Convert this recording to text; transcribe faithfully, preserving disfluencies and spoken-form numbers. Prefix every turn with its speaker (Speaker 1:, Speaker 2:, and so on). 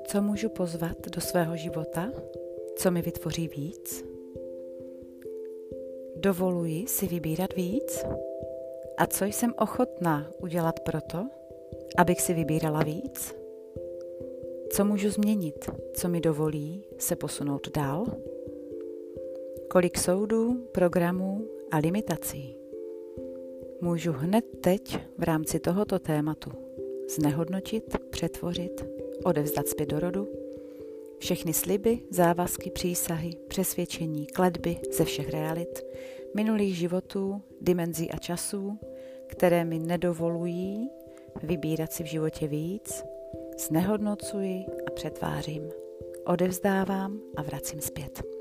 Speaker 1: Co můžu pozvat do svého života? Co mi vytvoří víc? Dovoluji si vybírat víc? A co jsem ochotná udělat proto, abych si vybírala víc? Co můžu změnit, co mi dovolí se posunout dál? Kolik soudů, programů a limitací můžu hned teď v rámci tohoto tématu znehodnotit, přetvořit, odevzdat zpět do rodu? Všechny sliby, závazky, přísahy, přesvědčení, kletby ze všech realit, minulých životů, dimenzí a časů, které mi nedovolují vybírat si v životě víc, znehodnocuji a přetvářím, odevzdávám a vracím zpět.